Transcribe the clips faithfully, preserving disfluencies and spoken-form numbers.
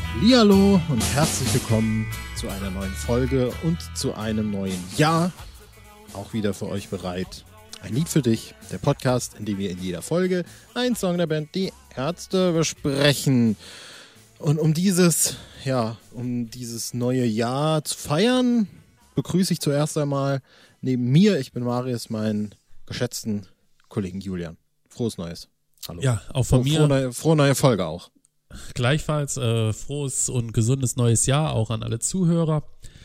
Hallihallo und herzlich willkommen zu einer neuen Folge und zu einem neuen Jahr. Auch wieder für euch bereit. Ein Lied für dich, der Podcast, in dem wir in jeder Folge einen Song der Band Die Ärzte besprechen. Und um dieses, ja, um dieses neue Jahr zu feiern, begrüße ich zuerst einmal neben mir, ich bin Marius, meinen geschätzten Kollegen Julian. Frohes Neues. Hallo. Ja, auch von Frohe, mir. Frohe neue, frohe neue Folge auch. Gleichfalls äh, frohes und gesundes neues Jahr auch an alle Zuhörer.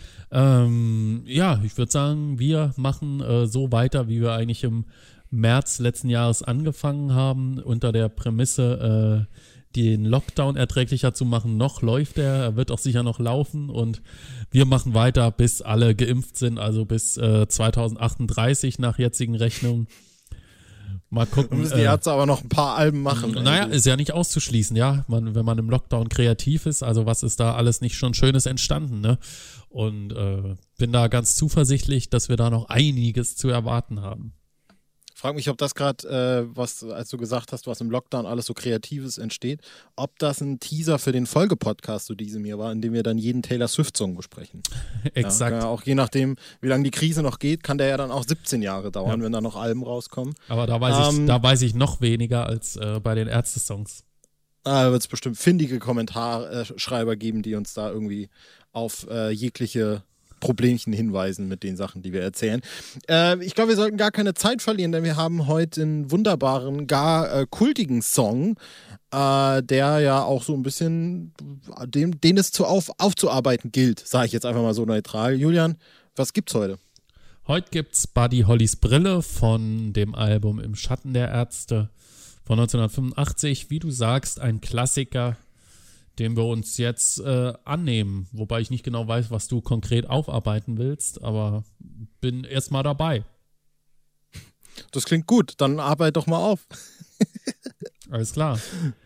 Ähm, ja, ich würde sagen, wir machen äh, so weiter, wie wir eigentlich im März letzten Jahres angefangen haben, unter der Prämisse, äh, den Lockdown erträglicher zu machen. Noch läuft er, er wird auch sicher noch laufen und wir machen weiter, bis alle geimpft sind, also bis äh, zwanzig achtunddreißig nach jetzigen Rechnungen. Mal gucken. Da müssen die Ärzte äh, aber noch ein paar Alben machen. Naja, irgendwie. Ist ja nicht auszuschließen, ja, man, wenn man im Lockdown kreativ ist, also was ist da alles nicht schon Schönes entstanden, ne? Und äh, bin da ganz zuversichtlich, dass wir da noch einiges zu erwarten haben. Frag mich, ob das gerade, äh, was, als du gesagt hast, was im Lockdown alles so Kreatives entsteht, ob das ein Teaser für den Folgepodcast zu diesem Jahr war, in dem wir dann jeden Taylor Swift-Song besprechen. Exakt. Ja, auch je nachdem, wie lange die Krise noch geht, kann der ja dann auch siebzehn Jahre dauern, ja, wenn da noch Alben rauskommen. Aber da weiß, ähm, ich, da weiß ich noch weniger als äh, bei den Ärzte-Songs. Da wird es bestimmt findige Kommentarschreiber geben, die uns da irgendwie auf äh, jegliche Problemchen hinweisen mit den Sachen, die wir erzählen. Äh, ich glaube, wir sollten gar keine Zeit verlieren, denn wir haben heute einen wunderbaren, gar äh, kultigen Song, äh, der ja auch so ein bisschen, dem, den es zu auf, aufzuarbeiten gilt, sage ich jetzt einfach mal so neutral. Julian, was gibt's heute? Heute gibt's Buddy Hollys Brille von dem Album Im Schatten der Ärzte von neunzehnhundertfünfundachtzig. Wie du sagst, ein Klassiker, den wir uns jetzt äh, annehmen. Wobei ich nicht genau weiß, was du konkret aufarbeiten willst, aber bin erstmal dabei. Das klingt gut, dann arbeite doch mal auf. Alles klar.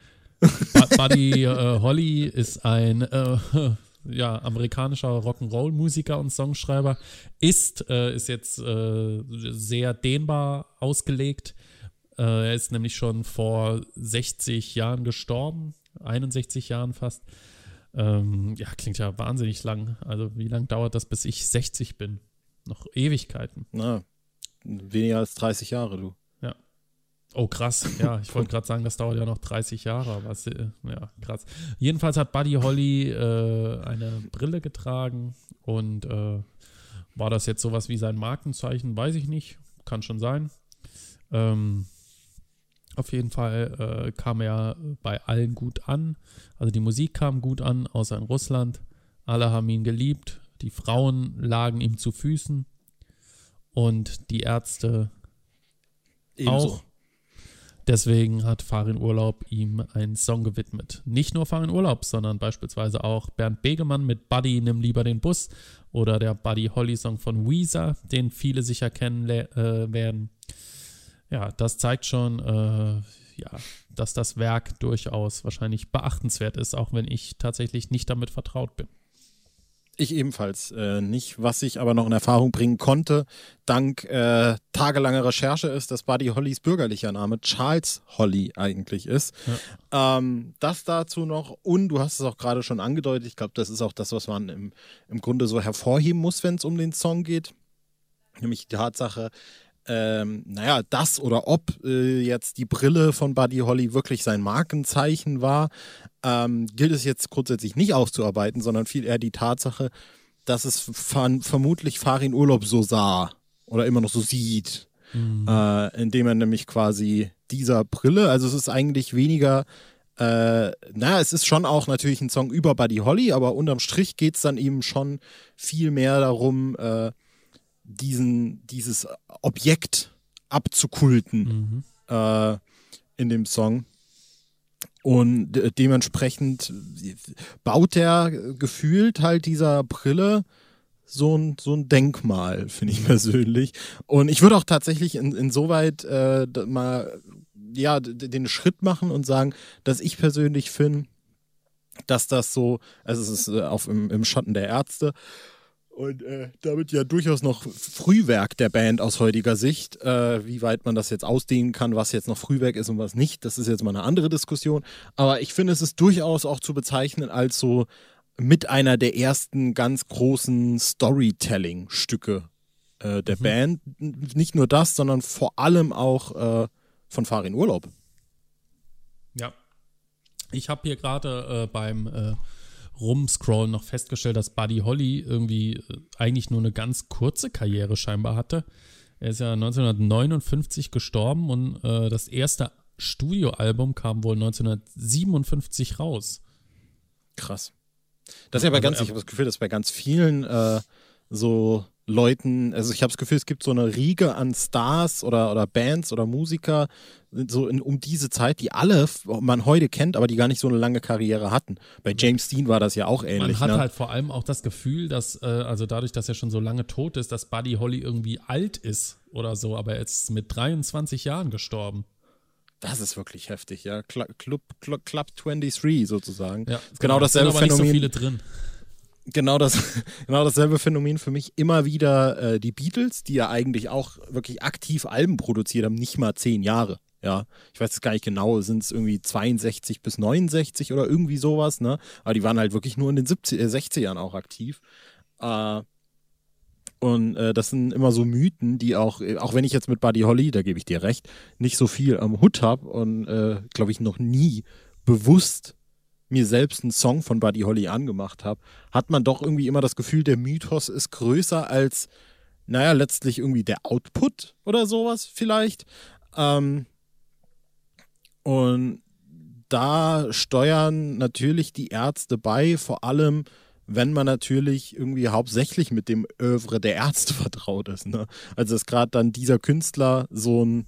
Buddy äh, Holly ist ein äh, ja, amerikanischer Rock'n'Roll-Musiker und Songschreiber. Ist, äh, ist jetzt äh, sehr dehnbar ausgelegt. Äh, er ist nämlich schon vor sechzig Jahren gestorben. einundsechzig Jahren fast. Ähm, ja, klingt ja wahnsinnig lang. Also wie lang dauert das, bis ich sechzig bin? Noch Ewigkeiten. Na, weniger als dreißig Jahre, du. Ja. Oh, krass. Ja, ich wollte gerade sagen, das dauert ja noch dreißig Jahre. Aber es, äh, ja, krass. Jedenfalls hat Buddy Holly äh, eine Brille getragen und äh, war das jetzt sowas wie sein Markenzeichen? Weiß ich nicht. Kann schon sein. Ähm, Auf jeden Fall äh, kam er bei allen gut an. Also die Musik kam gut an, außer in Russland. Alle haben ihn geliebt. Die Frauen lagen ihm zu Füßen. Und die Ärzte Ebenso. Auch. Deswegen hat Farin Urlaub ihm einen Song gewidmet. Nicht nur Farin Urlaub, sondern beispielsweise auch Bernd Begemann mit Buddy, nimm lieber den Bus. Oder der Buddy Holly Song von Weezer, den viele sicher kennen äh, werden. Ja, das zeigt schon, äh, ja, dass das Werk durchaus wahrscheinlich beachtenswert ist, auch wenn ich tatsächlich nicht damit vertraut bin. Ich ebenfalls äh, nicht. Was ich aber noch in Erfahrung bringen konnte, dank äh, tagelanger Recherche, ist, dass Buddy Hollys bürgerlicher Name Charles Holly eigentlich ist. Ja. Ähm, das dazu noch. Und du hast es auch gerade schon angedeutet, ich glaube, das ist auch das, was man im, im Grunde so hervorheben muss, wenn es um den Song geht. Nämlich die Tatsache, Ähm, naja, das oder ob äh, jetzt die Brille von Buddy Holly wirklich sein Markenzeichen war, ähm, gilt es jetzt grundsätzlich nicht auszuarbeiten, sondern viel eher die Tatsache, dass es ver- vermutlich Farin Urlaub so sah oder immer noch so sieht, mhm. äh, indem er nämlich quasi dieser Brille, also es ist eigentlich weniger, äh, naja, es ist schon auch natürlich ein Song über Buddy Holly, aber unterm Strich geht es dann eben schon viel mehr darum, äh, diesen, dieses Objekt abzukulten mhm. äh, in dem Song. Und de- dementsprechend baut er gefühlt halt dieser Brille so ein, so ein Denkmal, finde ich persönlich. Und ich würde auch tatsächlich in, insoweit äh, mal ja, d- den Schritt machen und sagen, dass ich persönlich finde, dass das so, also es ist äh, auf im, im Schatten der Ärzte, Und äh, damit ja durchaus noch Frühwerk der Band aus heutiger Sicht. Äh, wie weit man das jetzt ausdehnen kann, was jetzt noch Frühwerk ist und was nicht, das ist jetzt mal eine andere Diskussion. Aber ich finde, es ist durchaus auch zu bezeichnen als so mit einer der ersten ganz großen Storytelling-Stücke äh, der mhm. Band. Nicht nur das, sondern vor allem auch äh, von Fahr in Urlaub. Ja. Ich habe hier gerade äh, beim äh, Rumscrollen noch festgestellt, dass Buddy Holly irgendwie äh, eigentlich nur eine ganz kurze Karriere scheinbar hatte. Er ist ja neunzehnhundertneunundfünfzig gestorben und äh, das erste Studioalbum kam wohl neunzehnhundertsiebenundfünfzig raus. Krass. Das ist ja bei ganz, ich habe das Gefühl, dass bei ganz vielen äh, so Leuten, also ich habe das Gefühl, es gibt so eine Riege an Stars oder, oder Bands oder Musiker so in, um diese Zeit, die alle man heute kennt, aber die gar nicht so eine lange Karriere hatten. Bei James Dean war das ja auch ähnlich. Man hat ne? halt vor allem auch das Gefühl, dass, äh, also dadurch, dass er schon so lange tot ist, dass Buddy Holly irgendwie alt ist oder so, aber er ist mit dreiundzwanzig Jahren gestorben. Das ist wirklich heftig, ja. Club, Club, Club, Club dreiundzwanzig sozusagen. Ja, genau dasselbe sind aber Phänomen. Nicht so viele drin. Genau, das, genau dasselbe Phänomen für mich immer wieder äh, die Beatles, die ja eigentlich auch wirklich aktiv Alben produziert haben, nicht mal zehn Jahre. Ja, ich weiß es gar nicht genau, sind es irgendwie zweiundsechzig bis neunundsechzig oder irgendwie sowas, ne? Aber die waren halt wirklich nur in den siebzig, äh, sechzigern auch aktiv. Äh, und äh, das sind immer so Mythen, die auch, auch wenn ich jetzt mit Buddy Holly, da gebe ich dir recht, nicht so viel am Hut habe und äh, glaube ich noch nie bewusst mir selbst einen Song von Buddy Holly angemacht habe, hat man doch irgendwie immer das Gefühl, der Mythos ist größer als, naja, letztlich irgendwie der Output oder sowas vielleicht. Ähm, und da steuern natürlich die Ärzte bei, vor allem, wenn man natürlich irgendwie hauptsächlich mit dem Œuvre der Ärzte vertraut ist. Ne? Also dass gerade dann dieser Künstler so einen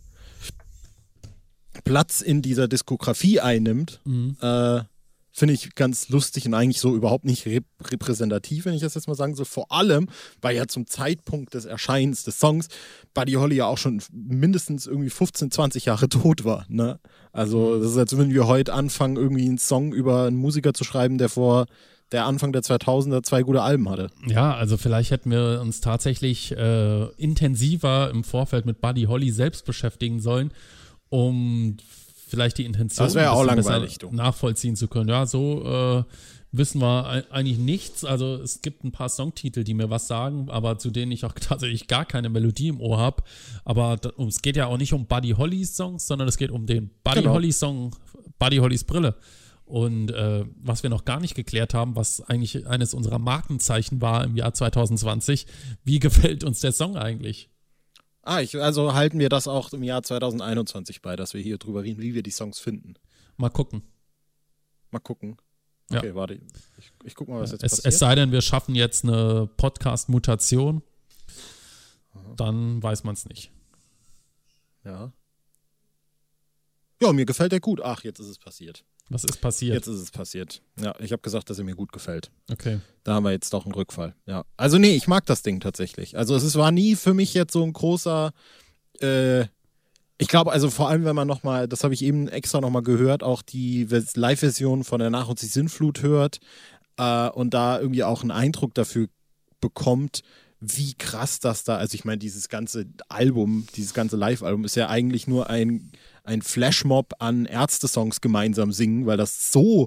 Platz in dieser Diskografie einnimmt, mhm. äh, finde ich ganz lustig und eigentlich so überhaupt nicht rep- repräsentativ, wenn ich das jetzt mal sagen soll. Vor allem, weil ja zum Zeitpunkt des Erscheinens des Songs Buddy Holly ja auch schon mindestens irgendwie fünfzehn, zwanzig Jahre tot war. Ne? Also das ist, als wenn wir heute anfangen, irgendwie einen Song über einen Musiker zu schreiben, der vor der Anfang der zweitausender zwei gute Alben hatte. Ja, also vielleicht hätten wir uns tatsächlich äh, intensiver im Vorfeld mit Buddy Holly selbst beschäftigen sollen, um vielleicht die Intention das ja auch langweilig, nachvollziehen zu können. Ja, so äh, wissen wir eigentlich nichts. Also es gibt ein paar Songtitel, die mir was sagen, aber zu denen ich auch tatsächlich gar keine Melodie im Ohr habe. Aber da, um, es geht ja auch nicht um Buddy Hollys Songs, sondern es geht um den Buddy genau. Holly Song, Buddy Hollys Brille. Und äh, was wir noch gar nicht geklärt haben, was eigentlich eines unserer Markenzeichen war im Jahr zwanzig zwanzig, wie gefällt uns der Song eigentlich? Ah, ich, also halten wir das auch im Jahr zwanzig einundzwanzig bei, dass wir hier drüber reden, wie wir die Songs finden. Mal gucken. Mal gucken. Okay, ja. warte. Ich, ich guck mal, was jetzt es, passiert. Es sei denn, wir schaffen jetzt eine Podcast-Mutation. Aha. Dann weiß man es nicht. Ja. Ja, mir gefällt der gut. Ach, jetzt ist es passiert. Was ist passiert? Jetzt ist es passiert. Ja, ich habe gesagt, dass er mir gut gefällt. Okay. Da haben wir jetzt doch einen Rückfall. Ja. Also nee, ich mag das Ding tatsächlich. Also es ist, war nie für mich jetzt so ein großer, äh, ich glaube, also vor allem, wenn man nochmal, das habe ich eben extra nochmal gehört, auch die Live-Version von der Nach- und die Sinnflut hört äh, und da irgendwie auch einen Eindruck dafür bekommt, wie krass das da, also ich meine, dieses ganze Album, dieses ganze Live-Album ist ja eigentlich nur ein, ein Flashmob an Ärzte-Songs gemeinsam singen, weil das so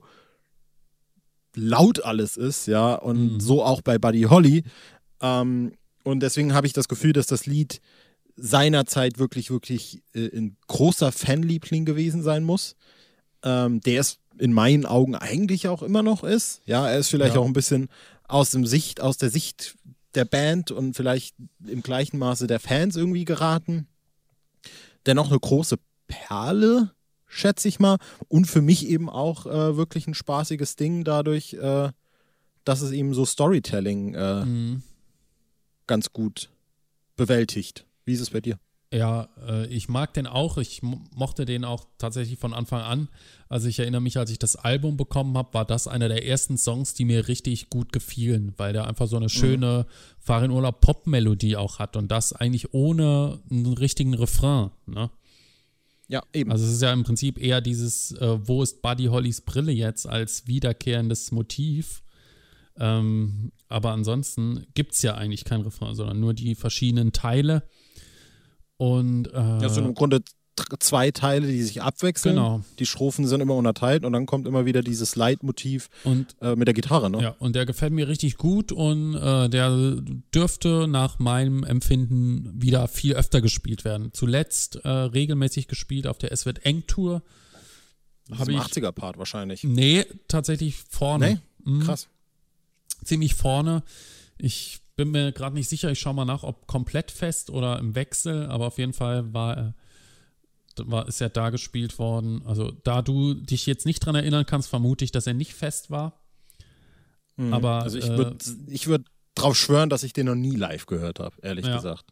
laut alles ist, ja, und mhm. so auch bei Buddy Holly. Ähm, und deswegen habe ich das Gefühl, dass das Lied seinerzeit wirklich, wirklich äh, ein großer Fanliebling gewesen sein muss. Ähm, der es in meinen Augen eigentlich auch immer noch ist. Ja, er ist vielleicht ja. auch ein bisschen aus dem Sicht, aus der Sicht der Band und vielleicht im gleichen Maße der Fans irgendwie geraten. Dennoch eine große Perle, schätze ich mal. Und für mich eben auch äh, wirklich ein spaßiges Ding dadurch, äh, dass es eben so Storytelling äh, mhm. ganz gut bewältigt. Wie ist es bei dir? Ja, äh, ich mag den auch. Ich mo- mochte den auch tatsächlich von Anfang an. Also ich erinnere mich, als ich das Album bekommen habe, war das einer der ersten Songs, die mir richtig gut gefielen, weil der einfach so eine schöne mhm. Fahr in Urlaub Pop-Melodie auch hat und das eigentlich ohne einen richtigen Refrain, ne? Ja, eben. Also es ist ja im Prinzip eher dieses, äh, wo ist Buddy Hollys Brille jetzt als wiederkehrendes Motiv. Ähm, Aber ansonsten gibt es ja eigentlich kein Refrain, sondern nur die verschiedenen Teile. Und äh, das sind im Grunde zwei Teile, die sich abwechseln. Genau. Die Strophen sind immer unterteilt und dann kommt immer wieder dieses Leitmotiv und, äh, mit der Gitarre. Ne? Ja, und der gefällt mir richtig gut und äh, der dürfte nach meinem Empfinden wieder viel öfter gespielt werden. Zuletzt äh, regelmäßig gespielt auf der Es wird eng Tour. Das ist im achtziger-Part wahrscheinlich. Nee, tatsächlich vorne. Nee? Mhm. Krass. Ziemlich vorne. Ich bin mir gerade nicht sicher, ich schaue mal nach, ob komplett fest oder im Wechsel, aber auf jeden Fall war er War, ist er da gespielt worden. Also da du dich jetzt nicht dran erinnern kannst, vermute ich, dass er nicht fest war. Mhm. Aber also ich äh, würde ich würd drauf schwören, dass ich den noch nie live gehört habe, ehrlich ja. gesagt.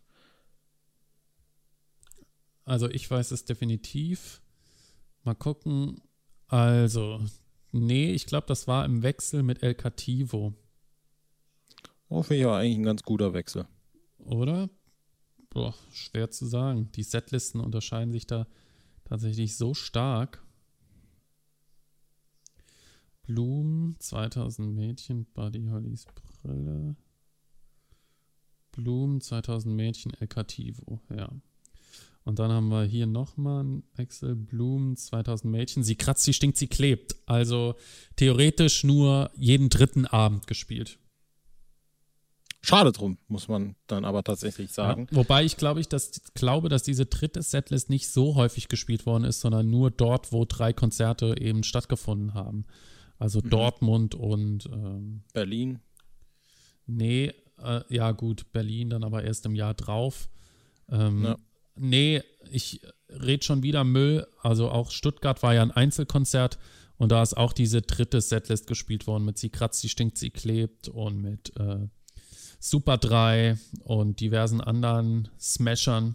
Also ich weiß es definitiv. Mal gucken. Also, nee, ich glaube, das war im Wechsel mit El Cativo. Oh, finde ich aber eigentlich ein ganz guter Wechsel. Oder? Boah, schwer zu sagen. Die Setlisten unterscheiden sich da tatsächlich so stark. Blumen, zweitausend Mädchen, Buddy Hollys Brille. Blumen, zweitausend Mädchen, El Cativo, ja. Und dann haben wir hier nochmal einen Wechsel, Blumen, zweitausend Mädchen. Sie kratzt, sie stinkt, sie klebt. Also theoretisch nur jeden dritten Abend gespielt. Schade drum, muss man dann aber tatsächlich sagen. Ja, wobei ich glaube, ich dass, glaube, dass diese dritte Setlist nicht so häufig gespielt worden ist, sondern nur dort, wo drei Konzerte eben stattgefunden haben. Also mhm. Dortmund und ähm, Berlin. Nee, äh, ja gut, Berlin dann aber erst im Jahr drauf. Ähm, ja. Nee, ich rede schon wieder Müll. Also auch Stuttgart war ja ein Einzelkonzert und da ist auch diese dritte Setlist gespielt worden mit Sie kratzt, sie stinkt, sie klebt und mit äh, Super drei und diversen anderen Smashern.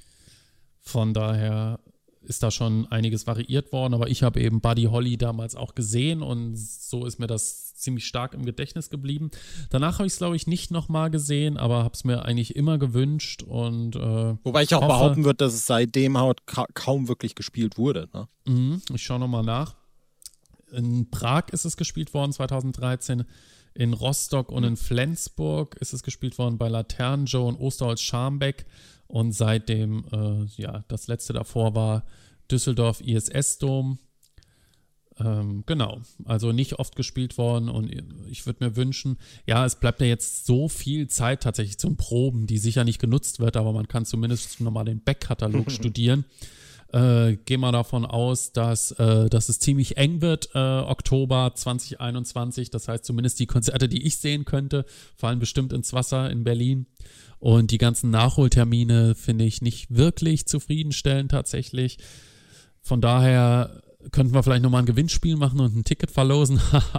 Von daher ist da schon einiges variiert worden, aber ich habe eben Buddy Holly damals auch gesehen und so ist mir das ziemlich stark im Gedächtnis geblieben. Danach habe ich es, glaube ich, nicht nochmal gesehen, aber habe es mir eigentlich immer gewünscht und äh, wobei ich auch hoffe, behaupten würde, dass es seitdem halt ka- kaum wirklich gespielt wurde. Ne? Mhm, ich schaue nochmal nach. In Prag ist es gespielt worden zweitausenddreizehn. In Rostock und in Flensburg ist es gespielt worden bei Laternenjoe und Osterholz-Scharmbeck. Und seitdem, äh, ja, das letzte davor war Düsseldorf I S S-Dom. Ähm, genau, also nicht oft gespielt worden. Und ich würde mir wünschen, ja, es bleibt ja jetzt so viel Zeit tatsächlich zum Proben, die sicher nicht genutzt wird, aber man kann zumindest nochmal den Backkatalog studieren. Äh, gehen wir davon aus, dass, äh, dass es ziemlich eng wird, äh, Oktober zwanzig einundzwanzig. Das heißt, zumindest die Konzerte, die ich sehen könnte, fallen bestimmt ins Wasser in Berlin. Und die ganzen Nachholtermine finde ich nicht wirklich zufriedenstellend tatsächlich. Von daher könnten wir vielleicht nochmal ein Gewinnspiel machen und ein Ticket verlosen.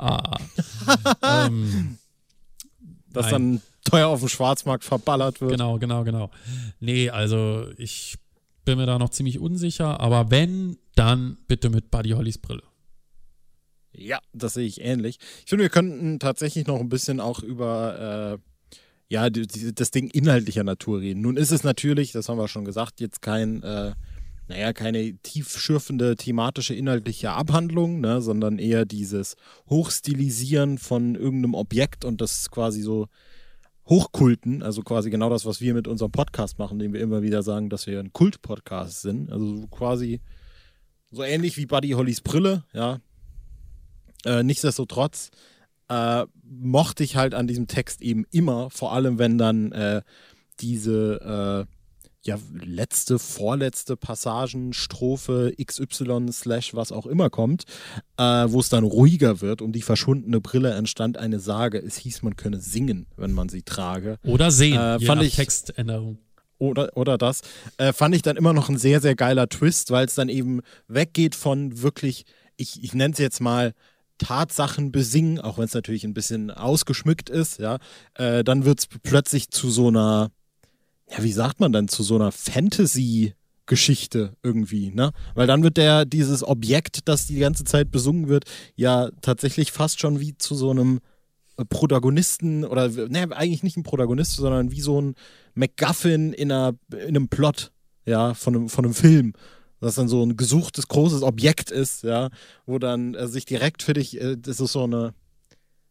ähm, das dann teuer auf dem Schwarzmarkt verballert wird. Genau, genau, genau. Nee, also ich bin mir da noch ziemlich unsicher, aber wenn, dann bitte mit Buddy Hollys Brille. Ja, das sehe ich ähnlich. Ich finde, wir könnten tatsächlich noch ein bisschen auch über äh, ja, die, die, das Ding inhaltlicher Natur reden. Nun ist es natürlich, das haben wir schon gesagt, jetzt kein, äh, naja, keine tiefschürfende thematische inhaltliche Abhandlung, ne, sondern eher dieses Hochstilisieren von irgendeinem Objekt und das quasi so Hochkulten, also quasi genau das, was wir mit unserem Podcast machen, dem wir immer wieder sagen, dass wir ein Kult-Podcast sind. Also quasi so ähnlich wie Buddy Hollys Brille, ja. Äh, nichtsdestotrotz äh, mochte ich halt an diesem Text eben immer, vor allem wenn dann äh, diese äh, ja, letzte, vorletzte Passagen, Strophe X Y slash was auch immer kommt, äh, wo es dann ruhiger wird. Um die verschwundene Brille entstand eine Sage. Es hieß, man könne singen, wenn man sie trage. Oder sehen, äh, je fand nach ich, Textänderung. Oder, oder das. Äh, fand ich dann immer noch ein sehr, sehr geiler Twist, weil es dann eben weggeht von wirklich, ich, ich nenne es jetzt mal Tatsachen besingen, auch wenn es natürlich ein bisschen ausgeschmückt ist, ja. Äh, dann wird es plötzlich zu so einer, ja, wie sagt man dann, zu so einer Fantasy-Geschichte irgendwie, ne? Weil dann wird der, dieses Objekt, das die ganze Zeit besungen wird, ja tatsächlich fast schon wie zu so einem Protagonisten oder, ne, eigentlich nicht ein Protagonist, sondern wie so ein MacGuffin in, einer, in einem Plot, ja, von einem, von einem Film. Das dann so ein gesuchtes, großes Objekt ist, ja, wo dann äh, sich direkt für dich, äh, das ist so eine,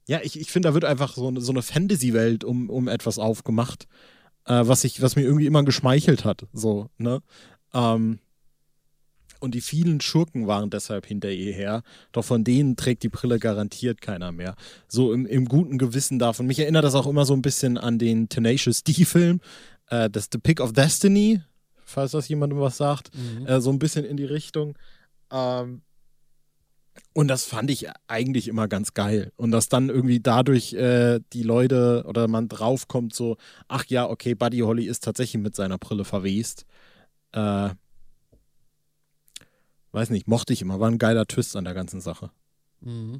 ja, ich, ich finde, da wird einfach so eine, so eine Fantasy-Welt um, um etwas aufgemacht, äh, was, ich, was mir irgendwie immer geschmeichelt hat. So, ne? Ähm, und die vielen Schurken waren deshalb hinter ihr her. Doch von denen trägt die Brille garantiert keiner mehr. So im, im guten Gewissen davon. Mich erinnert das auch immer so ein bisschen an den Tenacious D-Film, äh, das The Pick of Destiny, falls das jemandem was sagt. Mhm. Äh, so ein bisschen in die Richtung. Ähm, und das fand ich eigentlich immer ganz geil. Und dass dann irgendwie dadurch äh, die Leute oder man draufkommt so, ach ja, okay, Buddy Holly ist tatsächlich mit seiner Brille verwest. Äh, weiß nicht, mochte ich immer. War ein geiler Twist an der ganzen Sache. Mhm.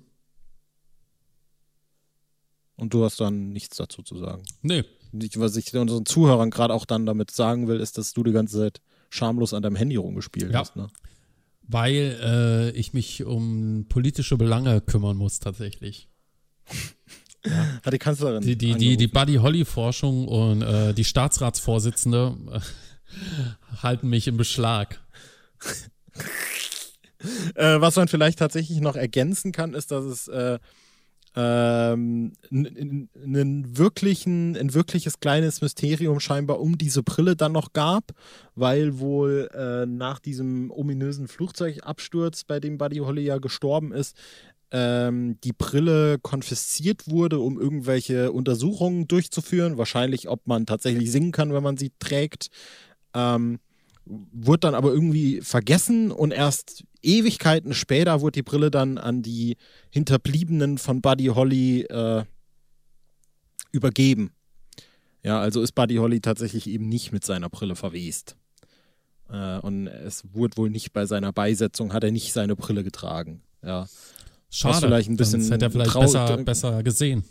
Und du hast dann nichts dazu zu sagen. Nee. Was ich unseren Zuhörern gerade auch dann damit sagen will, ist, dass du die ganze Zeit schamlos an deinem Handy rumgespielt ja. hast. Ne? Weil äh, ich mich um politische Belange kümmern muss, tatsächlich. Ja. Hat die Kanzlerin Die, die, die, die Buddy Holly-Forschung und äh, die Staatsratsvorsitzende äh, halten mich im Beschlag. äh, was man vielleicht tatsächlich noch ergänzen kann, ist, dass es äh, ähm, einen wirklichen, ein wirkliches kleines Mysterium scheinbar um diese Brille dann noch gab, weil wohl äh, nach diesem ominösen Flugzeugabsturz, bei dem Buddy Holly ja gestorben ist, ähm, die Brille konfisziert wurde, um irgendwelche Untersuchungen durchzuführen, wahrscheinlich ob man tatsächlich singen kann, wenn man sie trägt. Ähm, wurde dann aber irgendwie vergessen und erst Ewigkeiten später wurde die Brille dann an die Hinterbliebenen von Buddy Holly äh, übergeben. Ja, also ist Buddy Holly tatsächlich eben nicht mit seiner Brille verwest. Äh, und es wurde wohl nicht bei seiner Beisetzung, hat er nicht seine Brille getragen. Ja. Schade, vielleicht ein bisschen sonst hätte er vielleicht trau- besser, besser gesehen.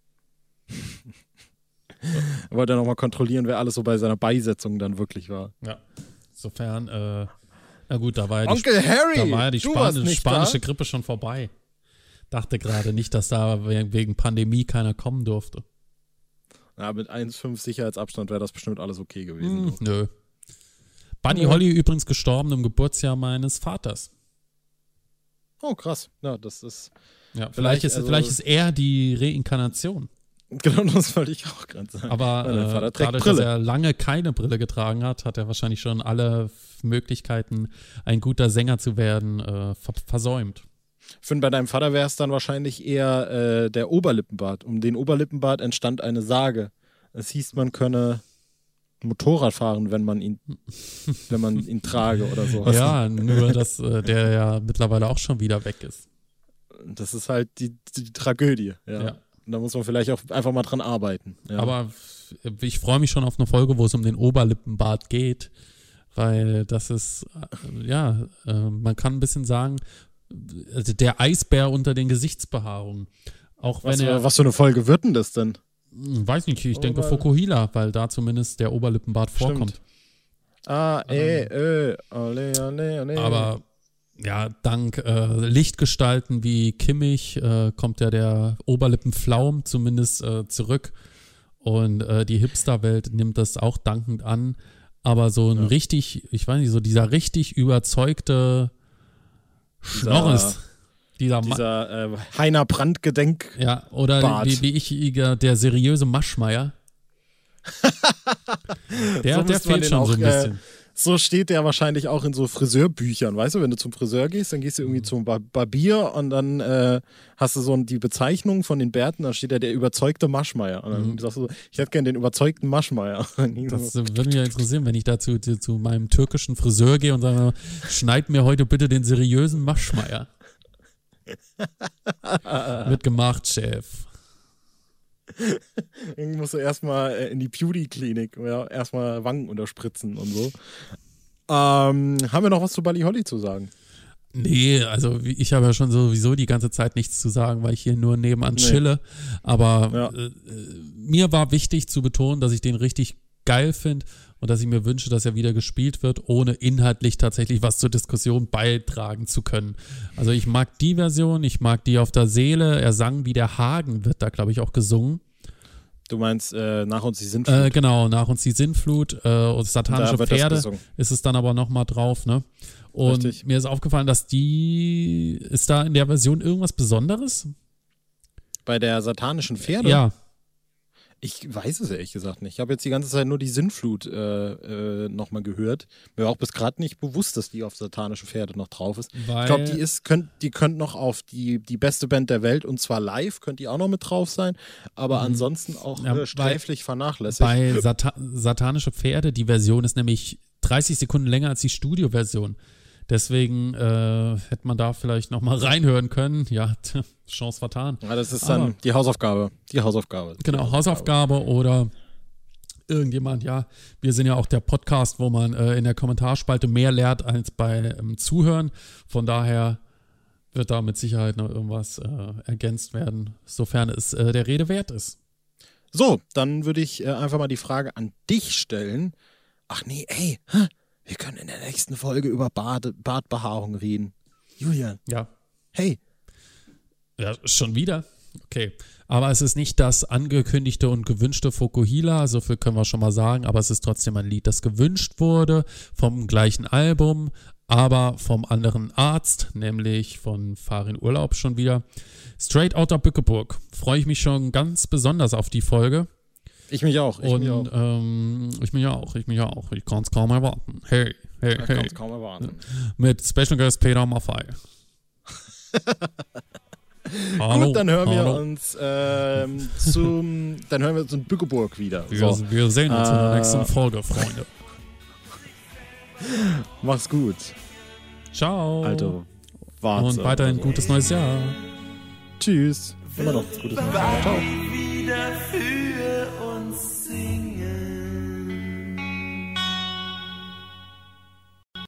Er wollte nochmal kontrollieren, wer alles so bei seiner Beisetzung dann wirklich war. Ja. Insofern, äh, na gut, da war ja Onkel die, Harry, da war ja die du Span- warst nicht spanische da? Grippe schon vorbei. Dachte gerade nicht, dass da wegen Pandemie keiner kommen durfte. Ja, mit eins Komma fünf Sicherheitsabstand wäre das bestimmt alles okay gewesen. Hm, nö. Buddy Ja. Holly übrigens gestorben im Geburtsjahr meines Vaters. Oh, krass. Ja, das ist. Ja, vielleicht, Vielleicht, ist, also- vielleicht ist er die Reinkarnation. Genau, das wollte ich auch gerade sagen. Aber Weil dein Vater äh, trägt dadurch, dass Brille. er lange keine Brille getragen hat, hat er wahrscheinlich schon alle F- Möglichkeiten, ein guter Sänger zu werden, äh, ver- versäumt. Ich finde, bei deinem Vater wäre es dann wahrscheinlich eher äh, der Oberlippenbart. Um den Oberlippenbart entstand eine Sage. Es hieß, man könne Motorrad fahren, wenn man ihn, wenn man ihn trage oder so. Ja, nur, dass äh, der ja mittlerweile auch schon wieder weg ist. Das ist halt die, die Tragödie. Ja. Ja. Und da muss man vielleicht auch einfach mal dran arbeiten. Ja. Aber f- ich freue mich schon auf eine Folge, wo es um den Oberlippenbart geht, weil das ist, äh, ja, äh, man kann ein bisschen sagen, also der Eisbär unter den Gesichtsbehaarungen. Auch wenn was, er, was für eine Folge wird denn das denn? Hm, weiß nicht, ich denke Ober- Fukuhila, weil da zumindest der Oberlippenbart Stimmt. vorkommt. Ah, eh, eh, ole, ole, ole. Aber ja, dank äh, Lichtgestalten wie Kimmich äh, kommt ja der Oberlippenflaum zumindest äh, zurück und äh, die Hipsterwelt nimmt das auch dankend an. Aber so ein Ja. richtig, ich weiß nicht, so dieser richtig überzeugte Schnorres, dieser, Ma- Dieser äh, Heiner Brandt-Gedenk. ja, oder Bart. wie, wie ich, Iger, der seriöse Maschmeier. der So der müsste man fehlt den schon auch, so ein äh, bisschen. So steht der wahrscheinlich auch in so Friseurbüchern, weißt du, wenn du zum Friseur gehst, dann gehst du Mhm. irgendwie zum Bar- Barbier und dann äh, hast du so die Bezeichnung von den Bärten, dann steht da der überzeugte Maschmeier. Und dann Mhm. sagst du so, ich hätte gerne den überzeugten Maschmeier. Das äh, würde mich ja interessieren, wenn ich dazu zu, zu meinem türkischen Friseur gehe und sage, schneid mir heute bitte den seriösen Maschmeier. Wird gemacht, Chef. Irgendwie musst du erstmal äh, in die Beauty-Klinik, ja, erstmal Wangen unterspritzen und so. Ähm, haben wir noch was zu Buddy Holly zu sagen? Nee, also wie- ich habe ja schon sowieso die ganze Zeit nichts zu sagen, weil ich hier nur nebenan Nee. chille. Aber Ja. äh, äh, mir war wichtig zu betonen, dass ich den richtig geil finde und dass ich mir wünsche, dass er wieder gespielt wird, ohne inhaltlich tatsächlich was zur Diskussion beitragen zu können. Also ich mag die Version, ich mag die auf der Seele. Er sang wie der Hagen, wird da glaube ich auch gesungen. Du meinst äh, nach uns die sind Äh, genau, nach uns die Sinnflut äh, und satanische Pferde ist es dann aber nochmal drauf, ne? Und Richtig. mir ist aufgefallen, dass die, ist da in der Version irgendwas Besonderes? Bei der satanischen Pferde? Ja. Ich weiß es ehrlich gesagt nicht. Ich habe jetzt die ganze Zeit nur die Sinnflut äh, äh, nochmal gehört. Mir war auch bis gerade nicht bewusst, dass die auf satanische Pferde noch drauf ist. Weil ich glaube, die ist, könnt, die könnte noch auf die, die beste Band der Welt und zwar live, könnte die auch noch mit drauf sein, aber mhm. ansonsten auch ja, äh, sträflich vernachlässigt. Bei Sata- satanische Pferde, die Version ist nämlich dreißig Sekunden länger als die Studioversion. Deswegen äh, hätte man da vielleicht nochmal reinhören können. Ja, Chance vertan. Ja, das ist dann Aber, die Hausaufgabe. Die Hausaufgabe. Genau, die Hausaufgabe. Hausaufgabe oder irgendjemand, ja. Wir sind ja auch der Podcast, wo man äh, in der Kommentarspalte mehr lernt als bei ähm, Zuhören. Von daher wird da mit Sicherheit noch irgendwas äh, ergänzt werden, sofern es äh, der Rede wert ist. So, dann würde ich äh, einfach mal die Frage an dich stellen. Ach nee, ey, hä? Wir können in der nächsten Folge über Bart, Bartbehaarung reden. Julian. Ja. Hey. Ja, schon wieder? Okay. Aber es ist nicht das angekündigte und gewünschte Fokuhila, so viel können wir schon mal sagen, aber es ist trotzdem ein Lied, das gewünscht wurde vom gleichen Album, aber vom anderen Arzt, nämlich von Farin Urlaub schon wieder. Straight Outta Bückeburg. Freue ich mich schon ganz besonders auf die Folge. Ich mich auch. Ich und mich auch. Ähm, ich mich auch. Ich mich auch. Ich kann es kaum erwarten. Hey, hey, ich hey. kann es kaum erwarten. Mit Special Guest Peter Maffay. Hallo, Gut, dann hören hallo. wir uns ähm, zum, dann hören wir uns in Bückeburg wieder. Wir, so. wir sehen uns äh, in der nächsten Folge, Freunde. Mach's gut. Ciao. Alter, warte. Und weiterhin also. gutes neues Jahr. Tschüss. Immer noch gutes neues Jahr. Ciao. Wieder für uns singen.